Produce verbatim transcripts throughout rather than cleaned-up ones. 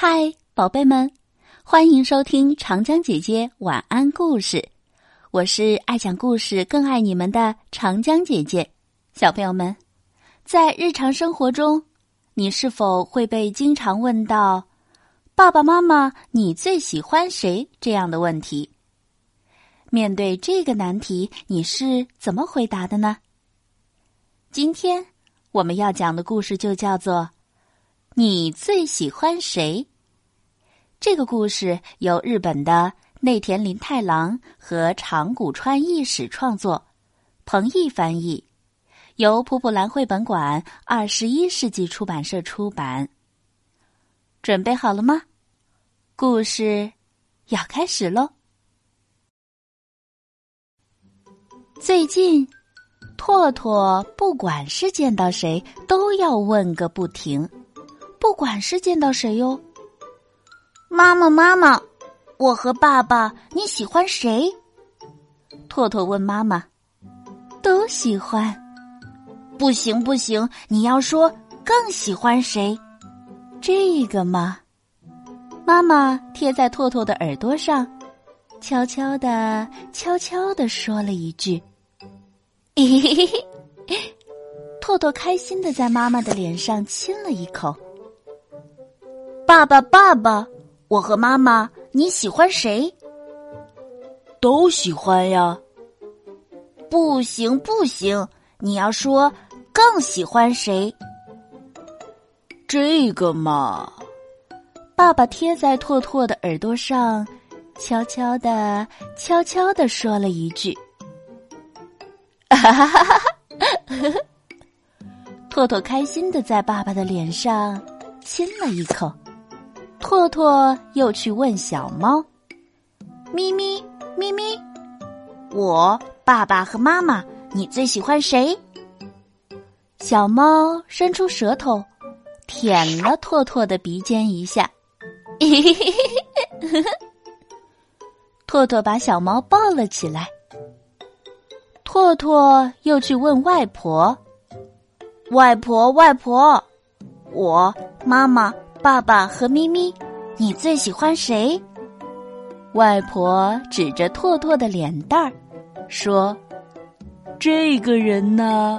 嗨，宝贝们，欢迎收听长江姐姐晚安故事。我是爱讲故事更爱你们的长江姐姐。小朋友们，在日常生活中，你是否会被经常问到爸爸妈妈你最喜欢谁这样的问题？面对这个难题，你是怎么回答的呢？今天我们要讲的故事就叫做你最喜欢谁？这个故事由日本的内田林太郎和长谷川义史创作，彭毅翻译，由普普兰绘本馆二十一世纪出版社出版。准备好了吗？故事要开始喽！最近，拓拓不管是见到谁，都要问个不停。不管是见到谁哟。 妈妈妈妈，我和爸爸你喜欢谁？ 拓拓问妈妈。都喜欢。 不行不行，你要说更喜欢谁？ 这个嘛，妈妈贴在拓拓的耳朵上，悄悄地悄悄地说了一句。嘿嘿嘿嘿，拓拓开心地在妈妈的脸上亲了一口。 爸爸爸爸，我和妈妈你喜欢谁？ 都喜欢呀。 不行不行，你要说更喜欢谁？ 这个嘛， 爸爸贴在拓拓的耳朵上，悄悄地悄悄地说了一句。哈哈哈哈哈！拓拓开心地在爸爸的脸上亲了一口。拓拓又去问小猫：“ 咪咪咪咪，我爸爸和妈妈，你最喜欢谁？” 小猫伸出舌头，舔了拓拓的鼻尖一下。拓拓把小猫抱了起来。拓拓又去问外婆：“ 外婆外婆，我妈妈爸爸和咪咪，你最喜欢谁？” 外婆指着拓拓的脸蛋儿，说：“ 这个人呢？”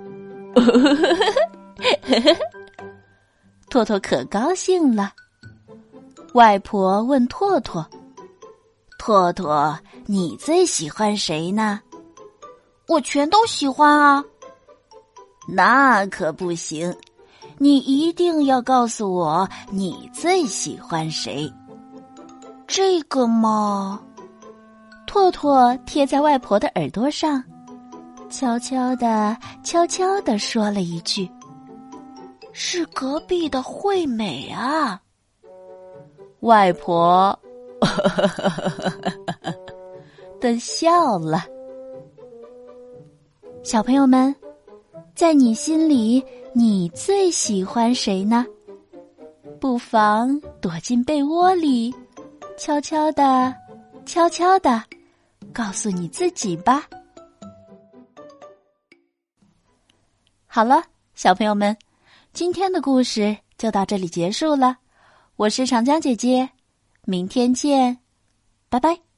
拓拓可高兴了。外婆问拓拓：“ 拓拓，你最喜欢谁呢？”“我全都喜欢啊。”“那可不行。你一定要告诉我你最喜欢谁。”“这个嘛。” 拓拓贴在外婆的耳朵上，悄悄地悄悄地说了一句：“ 是隔壁的惠美啊。” 外婆的笑了。小朋友们，在你心里，你最喜欢谁呢？不妨躲进被窝里，悄悄地悄悄地告诉你自己吧。好了，小朋友们，今天的故事就到这里结束了。我是长江姐姐，明天见，拜拜。